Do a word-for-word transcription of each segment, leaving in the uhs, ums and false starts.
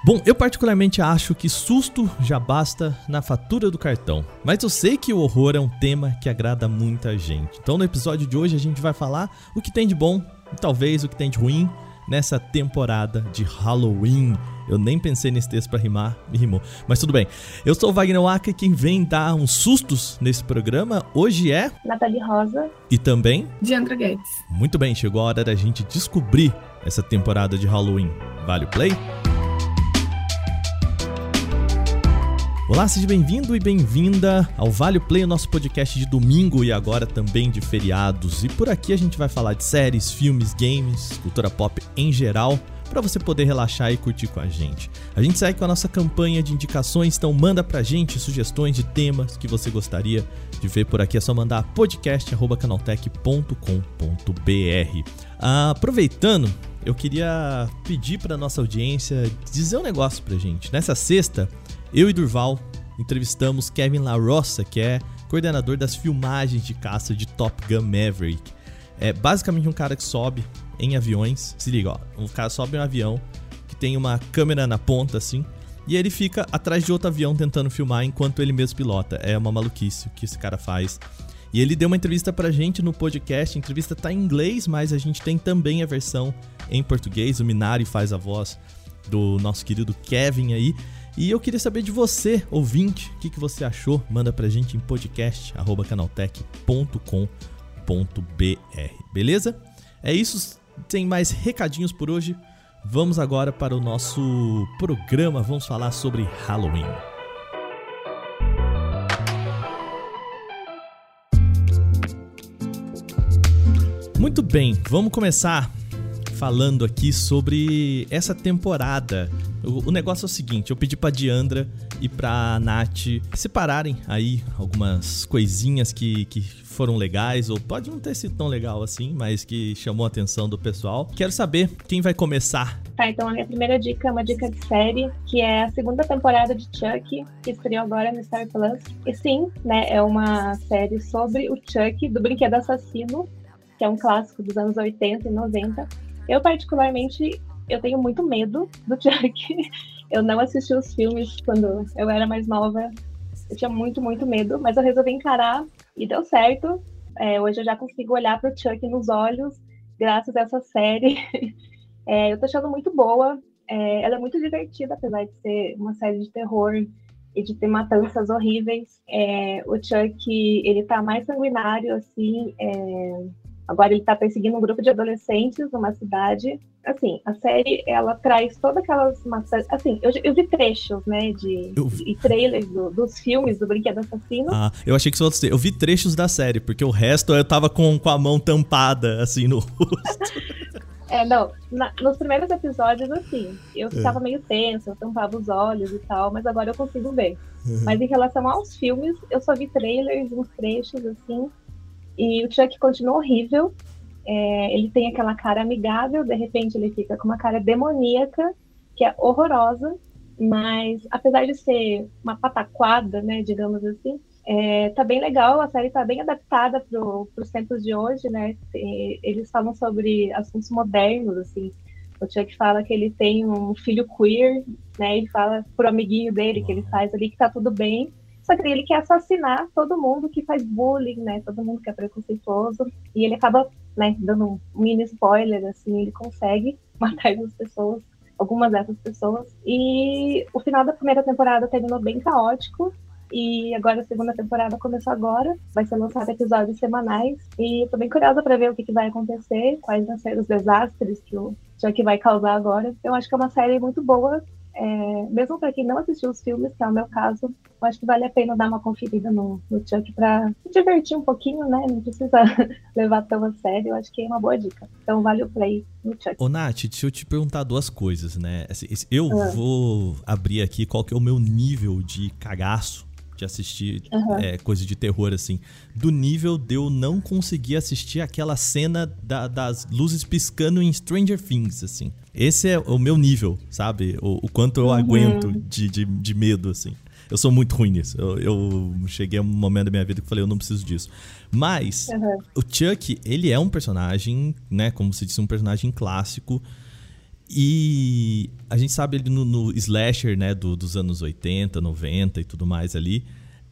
Bom, eu particularmente acho que susto já basta na fatura do cartão. Mas eu sei que o horror é um tema que agrada muita gente. Então no episódio de hoje a gente vai falar o que tem de bom e talvez o que tem de ruim nessa temporada de Halloween. Eu nem pensei nesse texto pra rimar, me rimou. Mas tudo bem. Eu sou o Wagner Waka e quem vem dar uns sustos nesse programa hoje é... Nathalie Rosa. E também... Diandra Guedes. Muito bem, chegou a hora da gente descobrir essa temporada de Halloween. Vale o play? Olá, seja bem-vindo e bem-vinda ao Vale o Play, o nosso podcast de domingo e agora também de feriados. E por aqui a gente vai falar de séries, filmes, games, cultura pop em geral, para você poder relaxar e curtir com a gente. A gente segue com a nossa campanha de indicações, então manda pra gente sugestões de temas que você gostaria de ver por aqui. É só mandar podcast arroba canaltech ponto com ponto br. Ah, aproveitando, eu queria pedir pra nossa audiência dizer um negócio pra gente. Nessa sexta, eu e Durval entrevistamos Kevin LaRossa, que é coordenador das filmagens de caça de Top Gun Maverick. É basicamente um cara que sobe em aviões. Se liga, ó, um cara sobe em um avião que tem uma câmera na ponta assim, e ele fica atrás de outro avião tentando filmar enquanto ele mesmo pilota. É uma maluquice o que esse cara faz. E ele deu uma entrevista pra gente no podcast. A entrevista tá em inglês, mas a gente tem também a versão em português. O Minari faz a voz do nosso querido Kevin aí. E eu queria saber de você, ouvinte, o que, que você achou? Manda pra gente em podcast arroba canaltech ponto com ponto br, beleza? É isso, tem mais recadinhos por hoje. Vamos agora para o nosso programa, vamos falar sobre Halloween. Muito bem, vamos começar falando aqui sobre essa temporada. O, o negócio é o seguinte, eu pedi pra Diandra e pra Nath separarem aí algumas coisinhas que, que foram legais, ou pode não ter sido tão legal assim, mas que chamou a atenção do pessoal. Quero saber quem vai começar. Tá, então a minha primeira dica é uma dica de série, que é a segunda temporada de Chuck, que estreou agora no Star Plus. E sim, né, é uma série sobre o Chuck, do Brinquedo Assassino, que é um clássico dos anos oitenta e noventa. Eu, particularmente, eu tenho muito medo do Chuck. Eu não assisti os filmes quando eu era mais nova. Eu tinha muito, muito medo, mas eu resolvi encarar e deu certo. É, hoje eu já consigo olhar para o Chuck nos olhos, graças a essa série. É, eu tô achando muito boa. É, ela é muito divertida, apesar de ser uma série de terror e de ter matanças horríveis. É, o Chuck, ele tá mais sanguinário, assim... É... Agora ele tá perseguindo um grupo de adolescentes numa cidade. Assim, a série, ela traz todas aquelas maçãs... Assim, eu, eu vi trechos, né, de, eu... e trailers do, dos filmes do Brinquedo Assassino. Ah, eu achei que você fosse... Eu vi trechos da série, porque o resto eu tava com, com a mão tampada, assim, no rosto. É, não, na, nos primeiros episódios, assim, eu ficava é. meio tensa, eu tampava os olhos e tal, mas agora eu consigo ver. Uhum. Mas em relação aos filmes, eu só vi trailers, uns trechos, assim... E o Chuck continua horrível, é, ele tem aquela cara amigável, de repente ele fica com uma cara demoníaca, que é horrorosa, mas apesar de ser uma pataquada, né, digamos assim, é, tá bem legal, a série tá bem adaptada pro, pros tempos de hoje, né, e eles falam sobre assuntos modernos, assim, o Chuck fala que ele tem um filho queer, né, ele fala pro amiguinho dele que ele faz ali que tá tudo bem. Só que ele quer assassinar todo mundo que faz bullying, né? Todo mundo que é preconceituoso. E ele acaba, né, dando um mini spoiler, assim, ele consegue matar essas pessoas, algumas dessas pessoas. E o final da primeira temporada terminou bem caótico. E agora a segunda temporada começou agora. Vai ser lançado episódios semanais. E tô bem curiosa pra ver o que, que vai acontecer, quais vão ser os desastres que o Chuck vai causar agora. Eu acho que é uma série muito boa. É, mesmo para quem não assistiu os filmes, que é o meu caso, eu acho que vale a pena dar uma conferida no, no Chuck para se divertir um pouquinho, né? Não precisa levar tão a sério, eu acho que é uma boa dica. Então vale o play no Chuck. Ô Nath, deixa eu te perguntar duas coisas, né? Eu ah. vou abrir aqui qual que é o meu nível de cagaço de assistir uhum. é, coisa de terror, assim. Do nível de eu não conseguir assistir aquela cena da, das luzes piscando em Stranger Things, assim. Esse é o meu nível, sabe? O, o quanto eu uhum. aguento de, de, de medo, assim. Eu sou muito ruim nisso. Eu, eu cheguei a um momento da minha vida que eu falei, eu não preciso disso. Mas uhum. o Chuck, ele é um personagem, né? Como você disse, um personagem clássico. E a gente sabe ali no, no slasher, né, do, dos anos oitenta, noventa e tudo mais ali,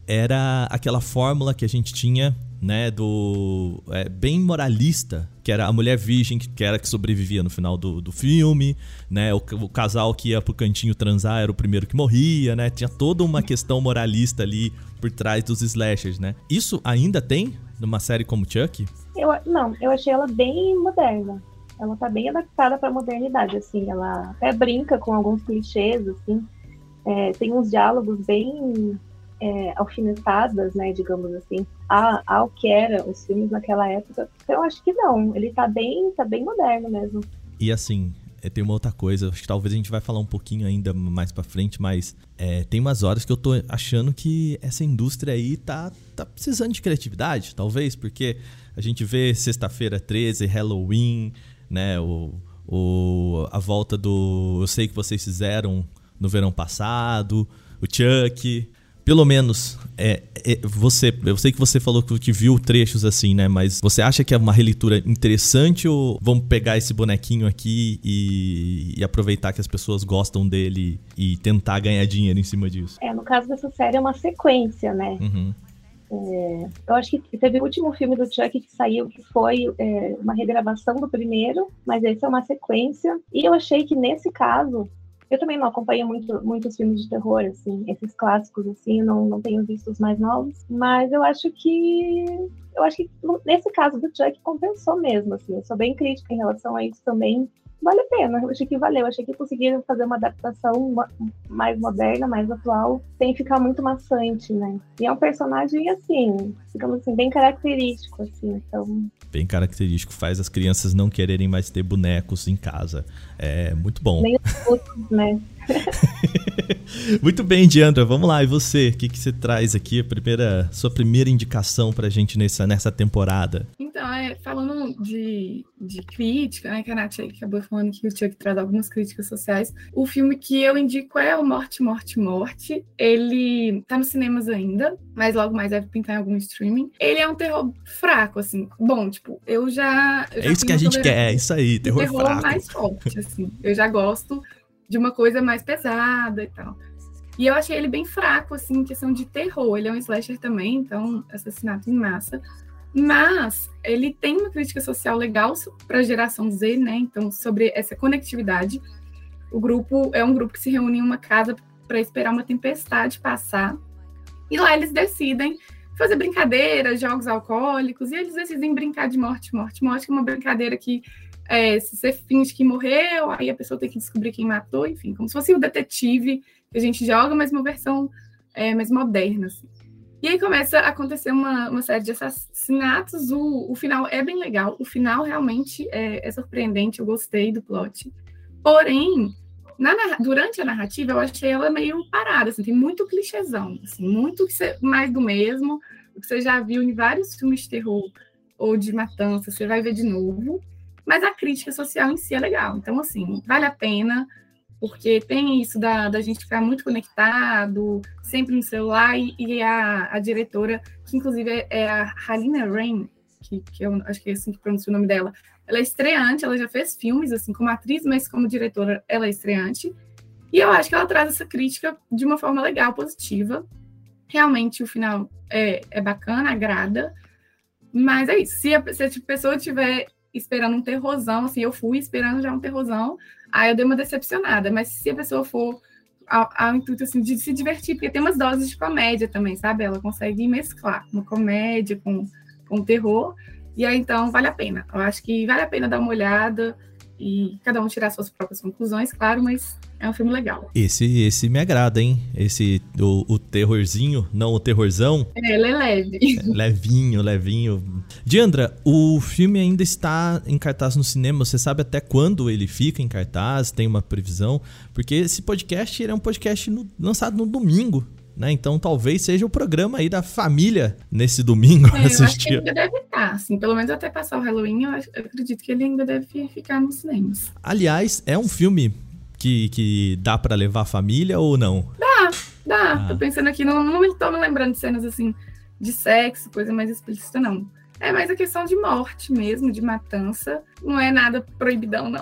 era aquela fórmula que a gente tinha, né, do é, bem moralista, que era a mulher virgem, que era que sobrevivia no final do, do filme, né, o, o casal que ia pro cantinho transar era o primeiro que morria, né, tinha toda uma questão moralista ali por trás dos slashers, né. Isso ainda tem numa série como Chuck? Eu, não, eu achei ela bem moderna. Ela tá bem adaptada pra modernidade, assim, ela até brinca com alguns clichês, assim, é, tem uns diálogos bem... É, alfinetadas, né, digamos assim, a, ao que era os filmes naquela época. Então eu acho que não, ele tá bem, tá bem moderno mesmo. E assim, tem uma outra coisa, acho que talvez a gente vai falar um pouquinho ainda mais pra frente, mas é, tem umas horas que eu tô achando que essa indústria aí tá, tá precisando de criatividade, talvez, porque a gente vê Sexta-feira treze, Halloween, né, o, o, a volta do Eu Sei Que Vocês Fizeram no verão passado, o Chuck... Pelo menos, é, é, você, eu sei que você falou que viu trechos assim, né? Mas você acha que é uma releitura interessante ou vamos pegar esse bonequinho aqui e, e aproveitar que as pessoas gostam dele e tentar ganhar dinheiro em cima disso? É, no caso dessa série é uma sequência, né? Uhum. É, eu acho que teve o último filme do Chuck que saiu, que foi é, uma regravação do primeiro, mas esse é uma sequência. E eu achei que nesse caso... Eu também não acompanho muito, muitos filmes de terror, assim, esses clássicos, assim, eu não, não tenho visto os mais novos, mas eu acho que, eu acho que nesse caso do Chuck compensou mesmo, assim, eu sou bem crítica em relação a isso também, vale a pena, eu achei que valeu, eu achei que conseguiram fazer uma adaptação mais moderna, mais atual, sem ficar muito maçante, né, e é um personagem, assim, digamos assim, bem característico, assim, então... Bem característico, faz as crianças não quererem mais ter bonecos em casa. É muito bom. Nem os outros, né? Muito bem, Diandra, vamos lá. E você? O que, que você traz aqui? A primeira, sua primeira indicação pra gente nessa, nessa temporada? Então, é, falando de, de crítica, né, que a Nath acabou falando que o Chuck traz algumas críticas sociais, o filme que eu indico é o Morte, Morte, Morte. Ele tá nos cinemas ainda, mas logo mais deve pintar em algum streaming. Ele é um terror fraco, assim. Bom, tipo, eu já... Eu já é isso que a gente quer, é isso aí, terror, terror fraco. mais forte, assim. Eu já gosto de uma coisa mais pesada e tal. E eu achei ele bem fraco, assim, em questão de terror. Ele é um slasher também, então, assassinato em massa. Mas ele tem uma crítica social legal para a geração Z, né? Então, sobre essa conectividade. O grupo é um grupo que se reúne em uma casa para esperar uma tempestade passar. E lá eles decidem fazer brincadeiras, jogos alcoólicos, e eles decidem brincar de morte, morte, morte, que é uma brincadeira que é, se você finge que morreu, aí a pessoa tem que descobrir quem matou, enfim, como se fosse o detetive que a gente joga, mas uma versão é, mais moderna, assim. E aí começa a acontecer uma, uma série de assassinatos, o, o final é bem legal, o final realmente é, é surpreendente, eu gostei do plot. Porém, na, durante a narrativa, eu achei ela meio parada, assim, tem muito clichêzão, assim, muito mais do mesmo, o que você já viu em vários filmes de terror ou de matança, você vai ver de novo, mas a crítica social em si é legal. Então, assim, vale a pena, porque tem isso da, da gente ficar muito conectado, sempre no celular, e, e a, a diretora, que inclusive é, é a Halina Reijn, que, que eu acho que é assim que pronuncia o nome dela, ela é estreante, ela já fez filmes, assim, como atriz, mas como diretora, ela é estreante. E eu acho que ela traz essa crítica de uma forma legal, positiva. Realmente, o final é, é bacana, agrada. Mas é isso. Se a, se a pessoa estiver esperando um terrorzão, assim, eu fui esperando já um terrorzão, aí eu dei uma decepcionada. Mas se a pessoa for ao, ao intuito, assim, de se divertir, porque tem umas doses de comédia também, sabe? Ela consegue mesclar uma comédia com, com terror. E aí, então, vale a pena. Eu acho que vale a pena dar uma olhada e cada um tirar suas próprias conclusões, claro, mas é um filme legal. Esse, esse me agrada, hein? Esse, o, o terrorzinho, não o terrorzão. É, ele é leve. É, levinho, levinho. Diandra, o filme ainda está em cartaz no cinema. Você sabe até quando ele fica em cartaz? Tem uma previsão? Porque esse podcast ele é um podcast no, lançado no domingo. Né? Então talvez seja o programa aí da família nesse domingo. É, eu acho que ele ainda deve estar, assim, pelo menos até passar o Halloween, eu, acho, eu acredito que ele ainda deve ficar nos cinemas. Aliás, é um filme que, que dá pra levar a família ou não? Dá, dá. Ah. Tô pensando aqui, não, não tô me lembrando de cenas assim, de sexo, coisa mais explícita, não. É mais a questão de morte mesmo, de matança. Não é nada proibidão, não.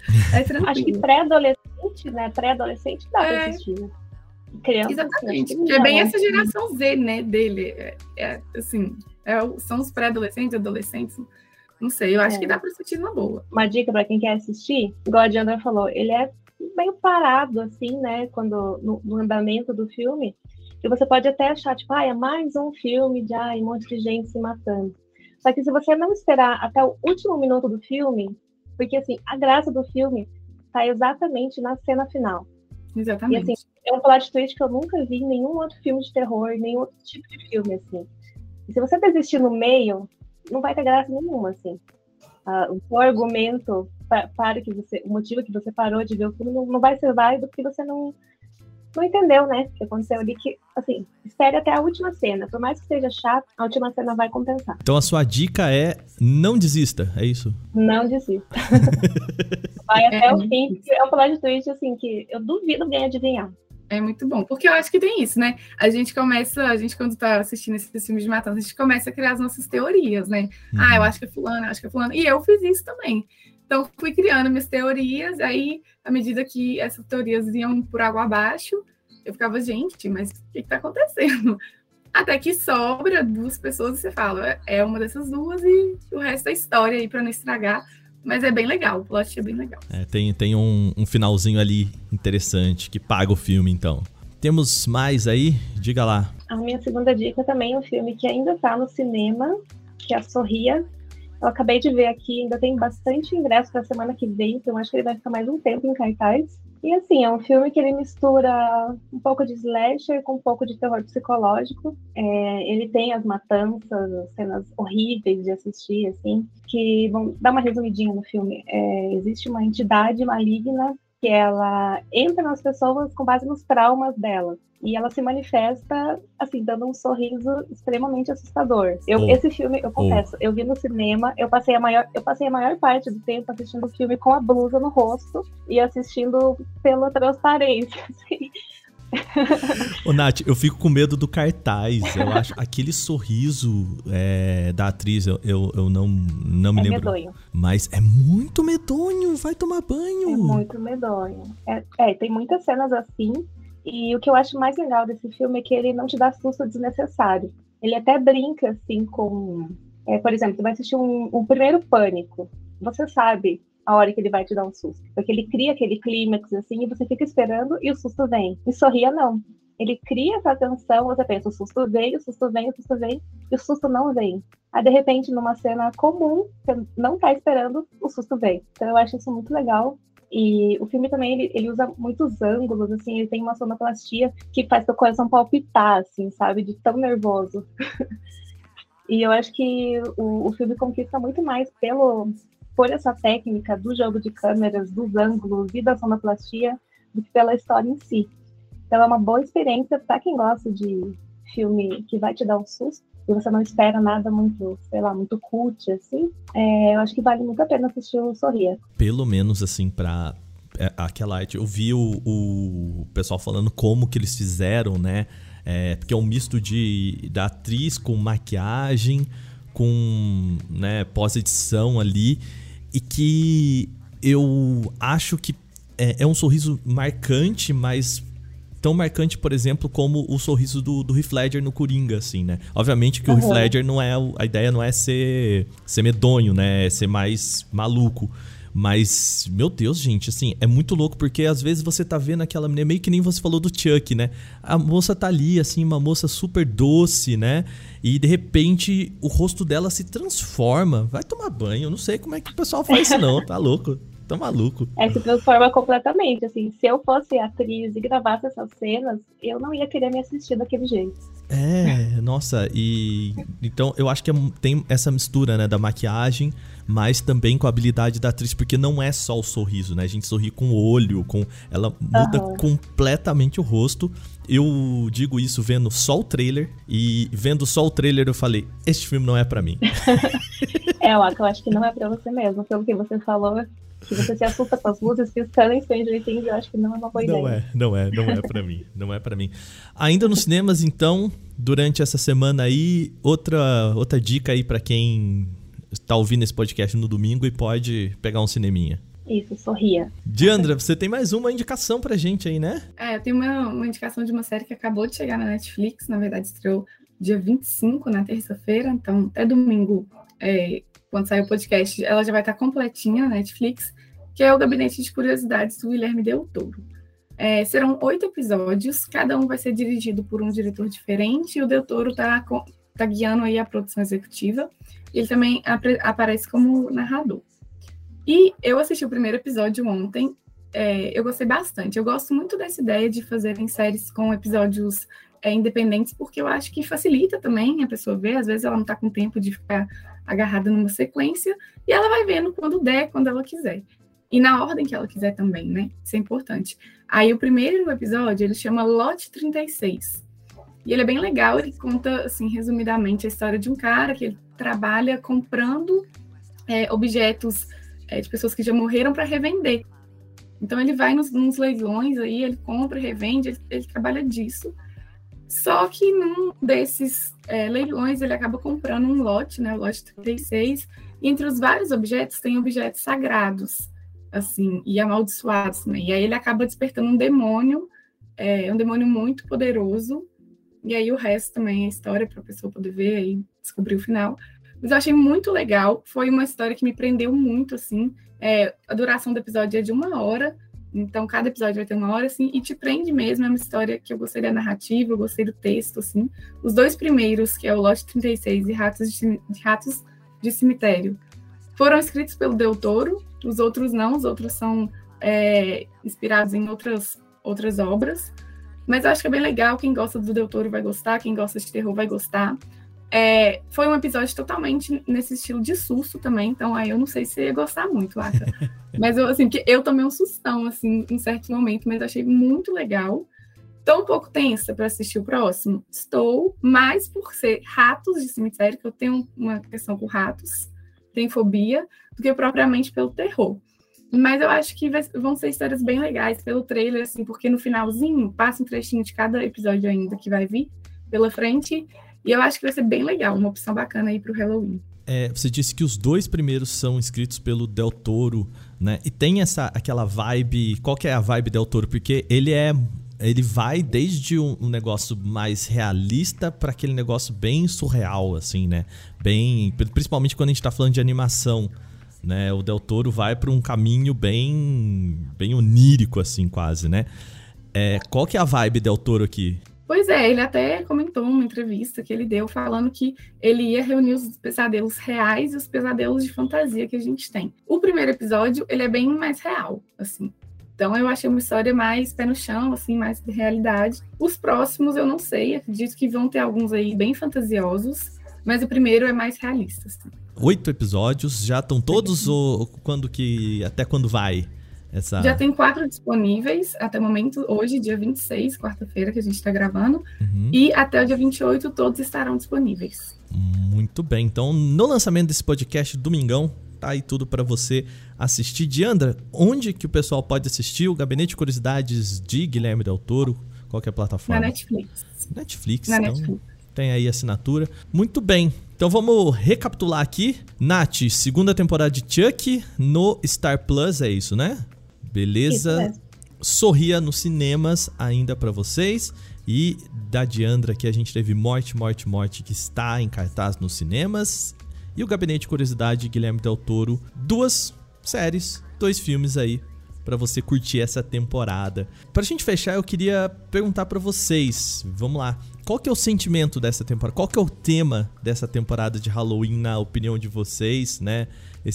É tranquilo. Acho que pré-adolescente, né? Pré-adolescente dá é. pra assistir, né? Criança, exatamente, porque é bem essa geração Z, né, dele. É, é assim, é, são os pré-adolescentes, adolescentes. Não sei, eu acho é. que dá pra assistir uma boa. Uma dica pra quem quer assistir, igual a Diandra falou, ele é meio parado, assim, né, quando, no, no andamento do filme, que você pode até achar, tipo, ah, é mais um filme de ai, um monte de gente se matando. Só que se você não esperar até o último minuto do filme, porque, assim, a graça do filme tá exatamente na cena final. Exatamente. E, assim, é um plot twist que eu nunca vi em nenhum outro filme de terror, nenhum outro tipo de filme, assim. E se você desistir no meio, não vai ter graça nenhuma, assim. Uh, o argumento pa- para que você, o motivo que você parou de ver o filme não, não vai ser válido porque você não, não entendeu, né? O que aconteceu ali, que, assim, espere até a última cena. Por mais que seja chato, a última cena vai compensar. Então a sua dica é não desista, é isso? Não desista. Vai até o fim. É um plot twist, assim, que eu duvido alguém adivinhar. É muito bom, porque eu acho que tem isso, né? A gente começa, a gente quando tá assistindo esses filmes de matança, a gente começa a criar as nossas teorias, né? Uhum. Ah, eu acho que é fulano, eu acho que é fulano. E eu fiz isso também. Então, fui criando minhas teorias, aí, à medida que essas teorias iam por água abaixo, eu ficava, gente, mas o que que tá acontecendo? Até que sobra duas pessoas e você fala, é uma dessas duas e o resto é história aí, pra não estragar. Mas é bem legal, o plot é bem legal. É, tem tem um, um finalzinho ali interessante que paga o filme, então. Temos mais aí? Diga lá. A minha segunda dica também é um filme que ainda tá no cinema, que é a Sorria. Eu acabei de ver aqui, ainda tem bastante ingresso pra semana que vem, então acho que ele vai ficar mais um tempo em cartaz. E assim, é um filme que ele mistura um pouco de slasher com um pouco de terror psicológico. É, ele tem as matanças, as cenas horríveis de assistir, assim, que vão dar uma resumidinha no filme. É, existe uma entidade maligna que ela entra nas pessoas com base nos traumas delas. E ela se manifesta, assim, dando um sorriso extremamente assustador. Eu, oh. Esse filme, eu confesso, oh. eu vi no cinema, eu passei, a maior, eu passei a maior parte do tempo assistindo o filme com a blusa no rosto e assistindo pela transparência, assim. Ô, Nath, eu fico com medo do cartaz. Eu acho aquele sorriso é, da atriz, eu, eu, eu não, não me é lembro. Medonho. Mas é muito medonho, vai tomar banho. É muito medonho. É, é, tem muitas cenas assim. E o que eu acho mais legal desse filme é que ele não te dá susto desnecessário. Ele até brinca, assim, com... É, por exemplo, você vai assistir um, um primeiro Pânico. Você sabe a hora que ele vai te dar um susto. Porque ele cria aquele clímax, assim, e você fica esperando e o susto vem. E Sorria, não. Ele cria essa tensão, você pensa, o susto vem, o susto vem, o susto vem, e o susto não vem. Aí, de repente, numa cena comum, você não tá esperando, o susto vem. Então, eu acho isso muito legal. E o filme também, ele, ele usa muitos ângulos, assim, ele tem uma sonoplastia que faz teu coração palpitar, assim, sabe, de tão nervoso. E eu acho que o, o filme conquista muito mais pelo, por essa técnica do jogo de câmeras, dos ângulos e da sonoplastia, do que pela história em si. Então é uma boa experiência para quem gosta de filme que vai te dar um susto, e você não espera nada muito, sei lá, muito cult, assim, é, eu acho que vale muito a pena assistir o Sorria. Pelo menos, assim, pra aquela arte, eu vi o, o pessoal falando como que eles fizeram, né, é, porque é um misto de, da atriz com maquiagem, com, né, pós-edição ali, e que eu acho que é, é um sorriso marcante, mas... tão marcante, por exemplo, como o sorriso do, do Heath Ledger no Coringa, assim, né? Obviamente que uhum. o Heath Ledger não é... A ideia não é ser, ser medonho, né? É ser mais maluco. Mas, meu Deus, gente, assim, é muito louco, porque às vezes você tá vendo aquela menina, meio que nem você falou do Chuck, né? A moça tá ali, assim, uma moça super doce, né? E, de repente, o rosto dela se transforma. Vai tomar banho. Eu não sei como é que o pessoal faz isso, não. Tá louco. Tá maluco. É, se transforma completamente, assim, se eu fosse atriz e gravasse essas cenas, eu não ia querer me assistir daquele jeito. É, nossa, e então eu acho que tem essa mistura, né, da maquiagem, mas também com a habilidade da atriz, porque não é só o sorriso, né, a gente sorri com o olho, com ela muda uhum. completamente o rosto. Eu digo isso vendo só o trailer, e vendo só o trailer eu falei, este filme não é pra mim. É, ó, que eu acho que não é pra você mesmo, pelo que você falou. Que você se assusta com as luzes piscando em Stranger Things, eu acho que não é uma boa não ideia. Não é, não é, não é pra mim, não é pra mim. Ainda nos cinemas, então, durante essa semana aí, outra, outra dica aí pra quem tá ouvindo esse podcast no domingo e pode pegar um cineminha. Isso, Sorria. Diandra, você tem mais uma indicação pra gente aí, né? É, eu tenho uma, uma indicação de uma série que acabou de chegar na Netflix, na verdade estreou dia vinte e cinco, na terça-feira, então até domingo, é, quando sair o podcast, ela já vai estar completinha na Netflix, que é o Gabinete de Curiosidades do Guilherme Del Toro. É, serão oito episódios, cada um vai ser dirigido por um diretor diferente, e o Del Toro está tá guiando aí a produção executiva, e ele também ap- aparece como narrador. E eu assisti o primeiro episódio ontem, é, eu gostei bastante. Eu gosto muito dessa ideia de fazerem séries com episódios é, independentes, porque eu acho que facilita também a pessoa ver. Às vezes ela não está com tempo de ficar agarrada numa sequência, e ela vai vendo quando der, quando ela quiser. E na ordem que ela quiser também, né? Isso é importante. Aí o primeiro episódio, ele chama Lote trinta e seis. E ele é bem legal, ele conta, assim, resumidamente, a história de um cara que ele trabalha comprando é, objetos É, de pessoas que já morreram para revender. Então ele vai nos, nos leilões aí, ele compra, revende, ele, ele trabalha disso. Só que num desses é, leilões ele acaba comprando um lote, né, o lote trinta e seis, e entre os vários objetos tem objetos sagrados, assim, e amaldiçoados também. E aí ele acaba despertando um demônio, é, um demônio muito poderoso, e aí o resto também é história para a pessoa poder ver e descobrir o final. Mas eu achei muito legal, foi uma história que me prendeu muito, assim, é, a duração do episódio é de uma hora, então cada episódio vai ter uma hora, assim, e te prende mesmo, é uma história que eu gostei da narrativa, eu gostei do texto, assim. Os dois primeiros, que é o Lote trinta e seis e Ratos de, de Ratos de Cemitério, foram escritos pelo Del Toro, os outros não, os outros são é, inspirados em outras, outras obras, mas eu acho que é bem legal, quem gosta do Del Toro vai gostar, quem gosta de terror vai gostar. É, foi um episódio totalmente nesse estilo de susto também, então aí eu não sei se ia gostar muito, Aka. Mas eu, assim, que eu tomei um sustão, assim, em certo momento, mas achei muito legal. Estou um pouco tensa para assistir o próximo? Estou, mais por ser Ratos de Cemitério, que eu tenho uma questão com ratos, tenho fobia, do que propriamente pelo terror. Mas eu acho que vai, vão ser histórias bem legais pelo trailer, assim, porque no finalzinho passa um trechinho de cada episódio ainda que vai vir pela frente. E eu acho que vai ser bem legal, uma opção bacana aí pro Halloween. É, você disse que os dois primeiros são escritos pelo Del Toro, né? E tem essa, aquela vibe... Qual que é a vibe Del Toro? Porque ele é... Ele vai desde um, um negócio mais realista para aquele negócio bem surreal, assim, né? Bem... Principalmente quando a gente tá falando de animação, né? O Del Toro vai para um caminho bem... Bem onírico, assim, quase, né? É, qual que é a vibe Del Toro aqui? Pois é, ele até comentou numa entrevista que ele deu falando que ele ia reunir os pesadelos reais e os pesadelos de fantasia que a gente tem. O primeiro episódio, ele é bem mais real, assim. Então eu achei uma história mais pé no chão, assim, mais de realidade. Os próximos eu não sei, acredito que vão ter alguns aí bem fantasiosos, mas o primeiro é mais realista, assim. Oito episódios, já estão todos ou quando que... Até quando vai? Essa... Já tem quatro disponíveis até o momento, hoje, dia vinte e seis, quarta-feira, que a gente está gravando. Uhum. E até o dia vinte e oito, todos estarão disponíveis. Muito bem. Então, no lançamento desse podcast, domingão, tá aí tudo para você assistir. Diandra, onde que o pessoal pode assistir o Gabinete de Curiosidades de Guilherme Del Toro? Qual que é a plataforma? Na Netflix. Netflix, Na então Netflix. Tem aí a assinatura. Muito bem. Então vamos recapitular aqui. Nath, segunda temporada de Chuck no Star Plus, é isso, né? Beleza, Sorria nos cinemas ainda para vocês. E da Diandra que a gente teve Morte, Morte, Morte, que está em cartaz nos cinemas. E o Gabinete de Curiosidade de Guilherme Del Toro. Duas séries, dois filmes aí para você curtir essa temporada. Pra gente fechar, eu queria perguntar para vocês, vamos lá, qual que é o sentimento dessa temporada? Qual que é o tema dessa temporada de Halloween na opinião de vocês, né?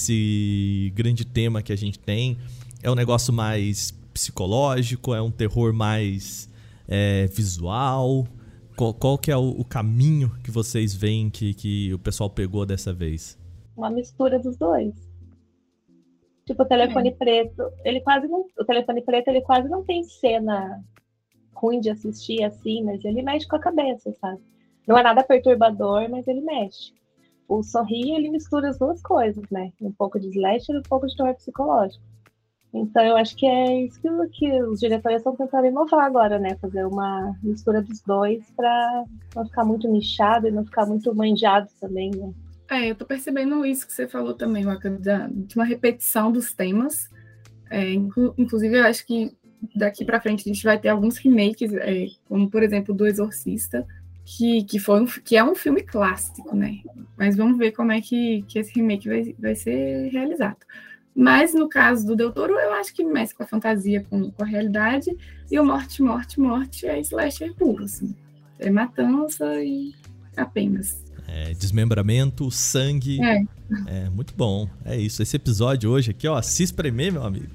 Esse grande tema que a gente tem. É um negócio mais psicológico? É um terror mais é, visual? Qual, qual que é o, o caminho que vocês veem que, que o pessoal pegou dessa vez? Uma mistura dos dois. Tipo, o Telefone é. Preto, ele quase não... O Telefone Preto, ele quase não tem cena ruim de assistir, assim, mas ele mexe com a cabeça, sabe? Não é nada perturbador, mas ele mexe. O Sorria, ele mistura as duas coisas, né? Um pouco de slasher e um pouco de terror psicológico. Então, eu acho que é isso que, que os diretores estão tentando inovar agora, né? Fazer uma mistura dos dois para não ficar muito nichado e não ficar muito manjado também, né? É, eu tô percebendo isso que você falou também, Waka, de uma repetição dos temas. É, inclu- inclusive, eu acho que daqui para frente a gente vai ter alguns remakes, é, como, por exemplo, do Exorcista, que, que, foi um, que é um filme clássico, né? Mas vamos ver como é que, que esse remake vai, vai ser realizado. Mas, no caso do Del Toro, eu acho que mescla a fantasia com, com a realidade, e o Morte, Morte, Morte é slasher puro, assim. É matança e apenas. É, desmembramento, sangue. É. É, muito bom. É isso. Esse episódio hoje aqui, ó, se espremer, meu amigo.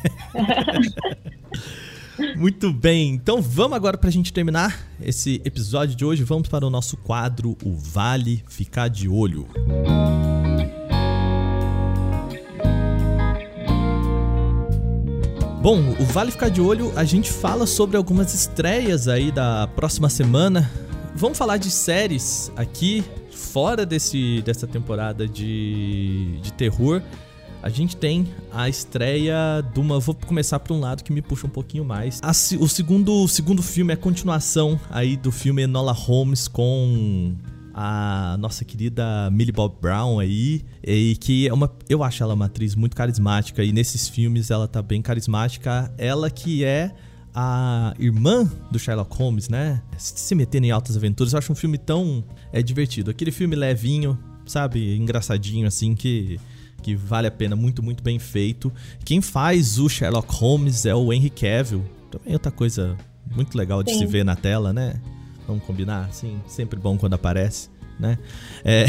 Muito bem. Então vamos agora, pra gente terminar esse episódio de hoje, vamos para o nosso quadro, o Vale Ficar de Olho. Bom, o Vale Ficar de Olho, a gente fala sobre algumas estreias aí da próxima semana. Vamos falar de séries aqui, fora desse, dessa temporada de, de terror. A gente tem a estreia de uma... Vou começar por um lado que me puxa um pouquinho mais. A, o, segundo, o segundo filme é a continuação aí do filme Enola Holmes com a nossa querida Millie Bobby Brown aí. E que é uma... Eu acho ela uma atriz muito carismática e nesses filmes ela tá bem carismática. Ela que é a irmã do Sherlock Holmes, né? Se metendo em altas aventuras. Eu acho um filme tão é, divertido. Aquele filme levinho, sabe? Engraçadinho assim que... que vale a pena, muito, muito bem feito. Quem faz o Sherlock Holmes é o Henry Cavill. Também é outra coisa muito legal de Sim. se ver na tela, né? Vamos combinar? Sim, sempre bom quando aparece, né? É...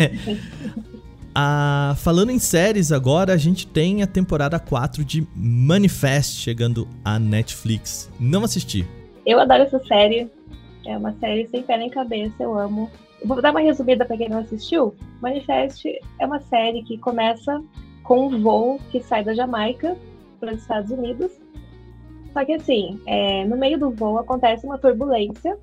ah, falando em séries agora, a gente tem a temporada quatro de Manifest chegando à Netflix. Não assisti. Eu adoro essa série. É uma série sem pé nem cabeça, eu amo. Vou dar uma resumida para quem não assistiu. Manifest é uma série que começa com um voo que sai da Jamaica para os Estados Unidos. Só que assim, é, no meio do voo acontece uma turbulência.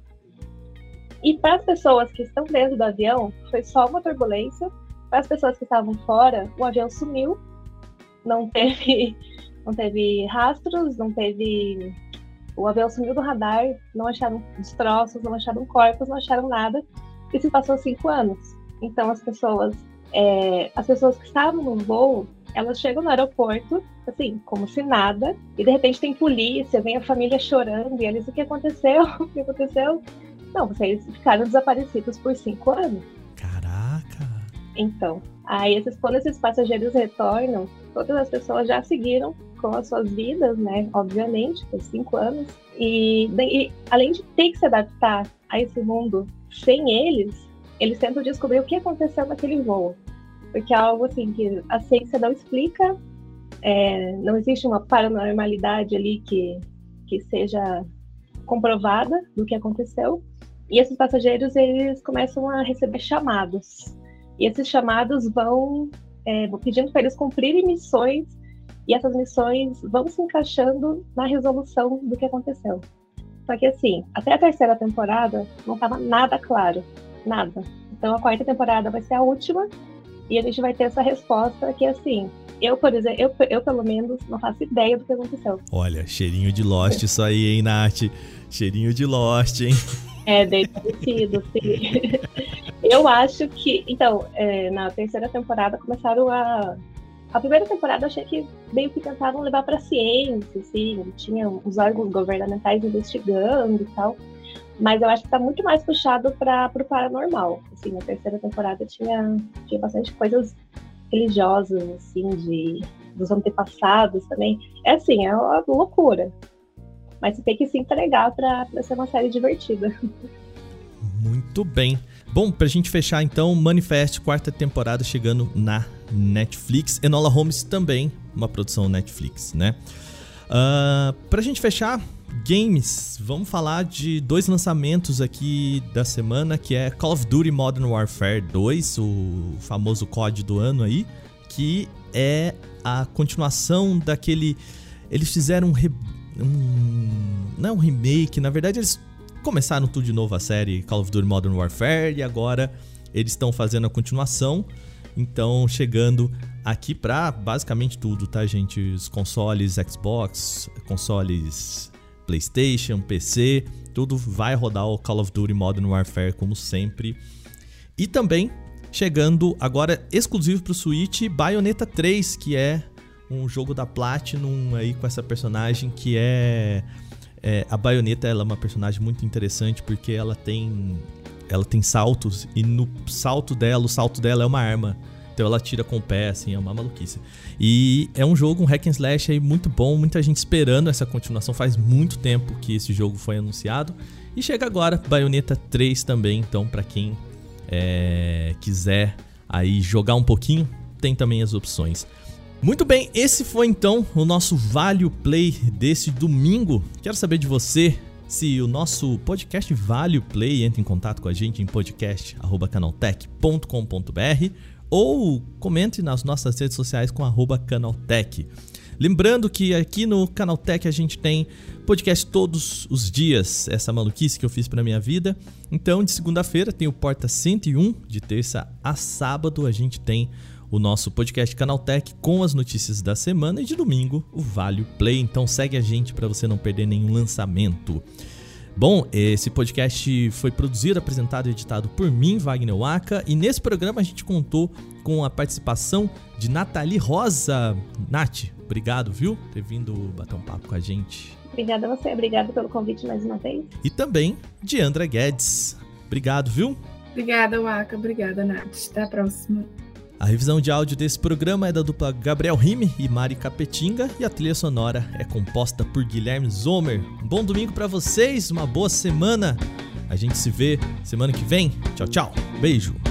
E para as pessoas que estão dentro do avião, foi só uma turbulência. Para as pessoas que estavam fora, o avião sumiu. Não teve, não teve rastros, não teve... O avião sumiu do radar, não acharam destroços, não acharam corpos, não acharam nada. E se passou cinco anos. Então as pessoas, é, as pessoas que estavam no voo, elas chegam no aeroporto, assim, como se nada, e de repente tem polícia, vem a família chorando, e eles, o que aconteceu? O que aconteceu? Não, vocês ficaram desaparecidos por cinco anos. Caraca! Então, aí esses, quando esses passageiros retornam, todas as pessoas já seguiram com as suas vidas, né? Obviamente, por cinco anos. E, e além de ter que se adaptar a esse mundo sem eles, eles tentam descobrir o que aconteceu naquele voo. Porque é algo assim que a ciência não explica, é, não existe uma paranormalidade ali que, que seja comprovada do que aconteceu. E esses passageiros, eles começam a receber chamados. E esses chamados vão é, pedindo para eles cumprirem missões, e essas missões vão se encaixando na resolução do que aconteceu. Só que assim, até a terceira temporada não estava nada claro, nada. Então a quarta temporada vai ser a última e a gente vai ter essa resposta que assim, eu, por exemplo, eu, eu pelo menos não faço ideia do que aconteceu. Olha, cheirinho de Lost isso aí, hein, Nath? Cheirinho de Lost, hein? É, bem parecido, sim. Eu acho que, então, é, na terceira temporada começaram a... A primeira temporada eu achei que meio que tentavam levar para a ciência, assim, tinha os órgãos governamentais investigando e tal, mas eu acho que está muito mais puxado para o paranormal. Assim, na terceira temporada tinha, tinha bastante coisas religiosas, assim, de, dos antepassados também. É assim, é uma loucura, mas você tem que se entregar para ser uma série divertida. Muito bem. Bom, pra gente fechar então, Manifest, quarta temporada chegando na Netflix. Enola Holmes também, uma produção Netflix, né? Uh, pra gente fechar, games, vamos falar de dois lançamentos aqui da semana, que é Call of Duty Modern Warfare dois, o famoso C O D do ano aí, que é a continuação daquele... Eles fizeram um... Re... um... Não é um remake, na verdade eles... começaram tudo de novo a série Call of Duty Modern Warfare e agora eles estão fazendo a continuação, então chegando aqui pra basicamente tudo, tá, gente? Os consoles Xbox, consoles PlayStation, P C, tudo vai rodar o Call of Duty Modern Warfare como sempre. E também chegando agora exclusivo pro Switch, Bayonetta três, que é um jogo da Platinum aí com essa personagem que é... é a Bayonetta, ela é uma personagem muito interessante porque ela tem... ela tem saltos e no salto dela, o salto dela é uma arma. Então ela tira com o pé, assim, é uma maluquice. E é um jogo, um hack and slash aí muito bom, muita gente esperando essa continuação. Faz muito tempo que esse jogo foi anunciado. E chega agora, Bayonetta três também, então pra quem é, quiser aí jogar um pouquinho, tem também as opções. Muito bem, esse foi então o nosso Vale Play desse domingo. Quero saber de você se o nosso podcast Vale Play. Entra em contato com a gente em podcast arroba canaltech ponto com ponto b r ou comente nas nossas redes sociais com arroba canaltech. Lembrando que aqui no Canaltech a gente tem podcast todos os dias, essa maluquice que eu fiz pra minha vida. Então, de segunda-feira tem o Porta cento e um, de terça a sábado a gente tem o nosso podcast Canaltech com as notícias da semana e de domingo o Vale Play. Então segue a gente para você não perder nenhum lançamento. Bom, esse podcast foi produzido, apresentado e editado por mim, Wagner Waka, e nesse programa a gente contou com a participação de Nathalie Rosa. Nath, obrigado, viu, por ter vindo bater um papo com a gente. Obrigada a você, obrigado pelo convite mais uma vez. E também de Andra Guedes. Obrigado, viu? Obrigada, Waka, obrigada, Nath. Até a próxima. A revisão de áudio desse programa é da dupla Gabriel Rime e Mari Capetinga e a trilha sonora é composta por Guilherme Zomer. Um bom domingo pra vocês, uma boa semana. A gente se vê semana que vem. Tchau, tchau. Beijo.